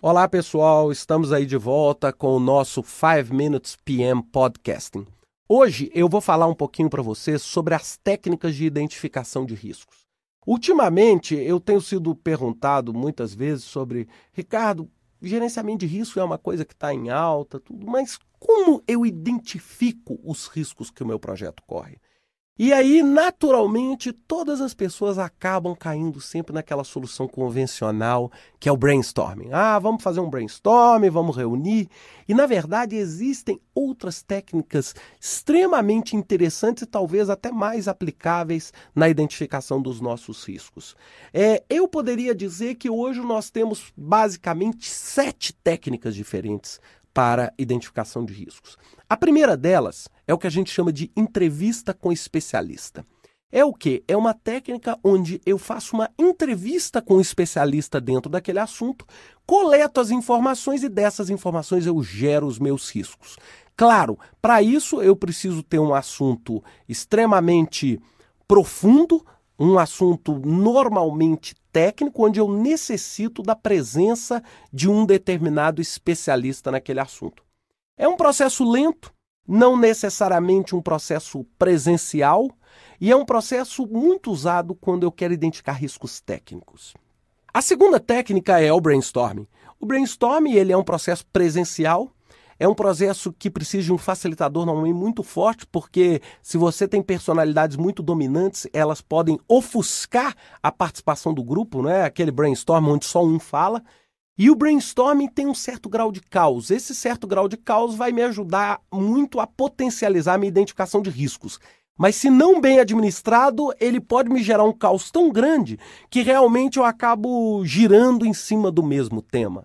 Olá pessoal, estamos aí de volta com o nosso 5 Minutes PM Podcasting. Hoje eu vou falar um pouquinho para vocês sobre as técnicas de identificação de riscos. Ultimamente eu tenho sido perguntado muitas vezes sobre, Ricardo, gerenciamento de risco é uma coisa que está em alta, tudo, mas como eu identifico os riscos que o meu projeto corre? E aí, naturalmente, todas as pessoas acabam caindo sempre naquela solução convencional, que é o brainstorming. Vamos fazer um brainstorming, vamos reunir. E, na verdade, existem outras técnicas extremamente interessantes e talvez até mais aplicáveis na identificação dos nossos riscos. Eu poderia dizer que hoje nós temos basicamente 7 técnicas diferentes para identificação de riscos. A primeira delas é o que a gente chama de entrevista com especialista. É o quê? É uma técnica onde eu faço uma entrevista com um especialista dentro daquele assunto, coleto as informações e dessas informações eu gero os meus riscos. Claro, para isso eu preciso ter um assunto extremamente profundo, um assunto normalmente técnico, onde eu necessito da presença de um determinado especialista naquele assunto. É um processo lento, não necessariamente um processo presencial, e é um processo muito usado quando eu quero identificar riscos técnicos. A segunda técnica é o brainstorming. O brainstorming ele é um processo presencial, é um processo que precisa de um facilitador normalmente muito forte, porque se você tem personalidades muito dominantes, elas podem ofuscar a participação do grupo, né? Aquele brainstorm onde só um fala. E o brainstorming tem um certo grau de caos. Esse certo grau de caos vai me ajudar muito a potencializar a minha identificação de riscos. Mas se não bem administrado, ele pode me gerar um caos tão grande que realmente eu acabo girando em cima do mesmo tema.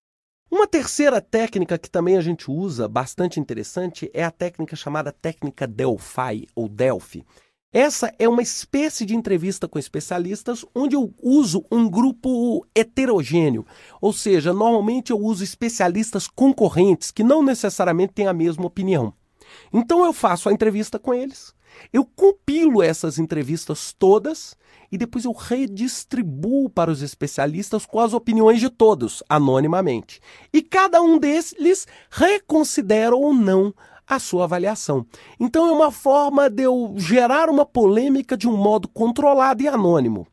Uma terceira técnica que também a gente usa, bastante interessante, é a técnica chamada técnica Delphi, ou Delphi. Essa é uma espécie de entrevista com especialistas onde eu uso um grupo heterogêneo, ou seja, normalmente eu uso especialistas concorrentes que não necessariamente têm a mesma opinião. Então eu faço a entrevista com eles, eu compilo essas entrevistas todas e depois eu redistribuo para os especialistas com as opiniões de todos, anonimamente. E cada um deles reconsidera ou não a sua avaliação. Então é uma forma de eu gerar uma polêmica de um modo controlado e anônimo.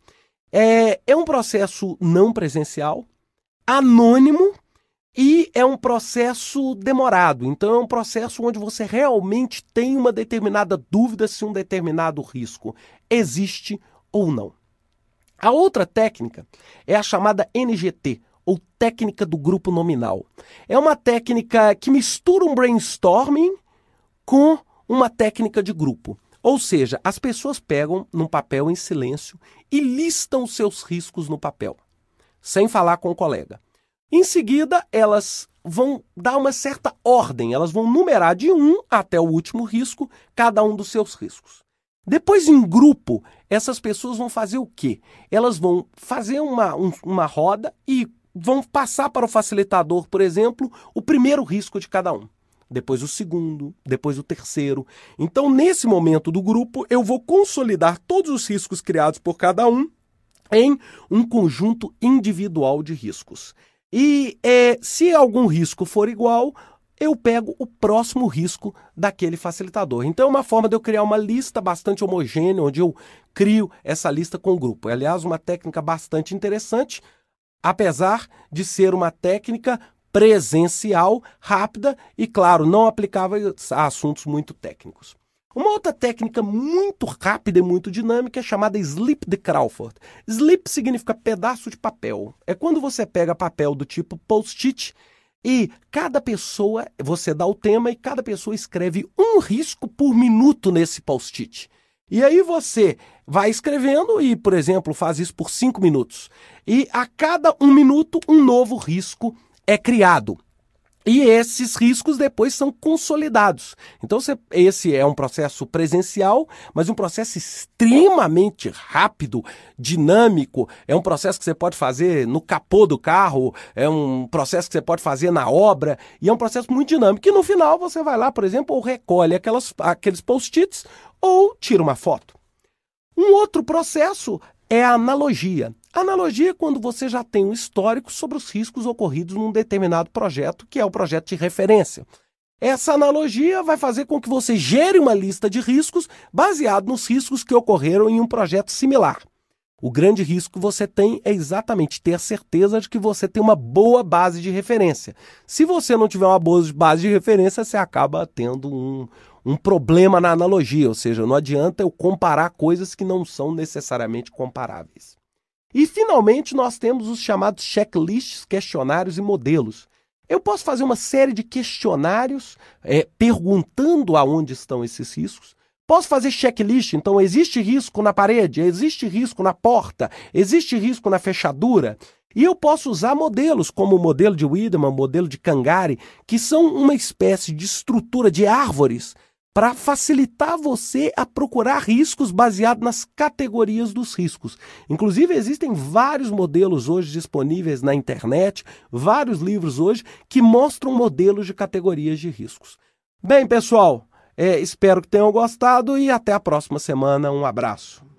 É um processo não presencial, anônimo, e é um processo demorado. Então é um processo onde você realmente tem uma determinada dúvida se um determinado risco existe ou não. A outra técnica é a chamada NGT, ou técnica do grupo nominal. É uma técnica que mistura um brainstorming com uma técnica de grupo. Ou seja, as pessoas pegam num papel em silêncio e listam os seus riscos no papel, sem falar com o colega. Em seguida, elas vão dar uma certa ordem, elas vão numerar de 1 até o último risco, cada um dos seus riscos. Depois, em grupo, essas pessoas vão fazer o quê? Elas vão fazer uma roda e vão passar para o facilitador, por exemplo, o primeiro risco de cada um. Depois o segundo, depois o terceiro. Então, nesse momento do grupo, eu vou consolidar todos os riscos criados por cada um em um conjunto individual de riscos. E se algum risco for igual, eu pego o próximo risco daquele facilitador. Então é uma forma de eu criar uma lista bastante homogênea, onde eu crio essa lista com o grupo. É, aliás, uma técnica bastante interessante, apesar de ser uma técnica presencial, rápida e, claro, não aplicável a assuntos muito técnicos. Uma outra técnica muito rápida e muito dinâmica é chamada Slip de Crawford. Slip significa pedaço de papel. É quando você pega papel do tipo post-it e cada pessoa, você dá o tema e cada pessoa escreve um risco por minuto nesse post-it. E aí você vai escrevendo e, por exemplo, faz isso por 5 minutos. E a cada 1 minuto, um novo risco é criado. E esses riscos depois são consolidados. Então, esse é um processo presencial, mas um processo extremamente rápido, dinâmico. É um processo que você pode fazer no capô do carro, é um processo que você pode fazer na obra, e é um processo muito dinâmico. E no final você vai lá, por exemplo, ou recolhe aqueles post-its ou tira uma foto. Um outro processo é a analogia. A Analogia é quando você já tem um histórico sobre os riscos ocorridos num determinado projeto, que é o projeto de referência. Essa analogia vai fazer com que você gere uma lista de riscos baseado nos riscos que ocorreram em um projeto similar. O grande risco que você tem é exatamente ter certeza de que você tem uma boa base de referência. Se você não tiver uma boa base de referência, você acaba tendo um problema na analogia, ou seja, não adianta eu comparar coisas que não são necessariamente comparáveis. E, finalmente, nós temos os chamados checklists, questionários e modelos. Eu posso fazer uma série de questionários perguntando aonde estão esses riscos. Posso fazer checklist, então existe risco na parede, existe risco na porta, existe risco na fechadura. E eu posso usar modelos como o modelo de Wiedemann, o modelo de Kangari, que são uma espécie de estrutura de árvores para facilitar você a procurar riscos baseado nas categorias dos riscos. Inclusive, existem vários modelos hoje disponíveis na internet, vários livros hoje que mostram modelos de categorias de riscos. Bem, pessoal, espero que tenham gostado e até a próxima semana. Um abraço.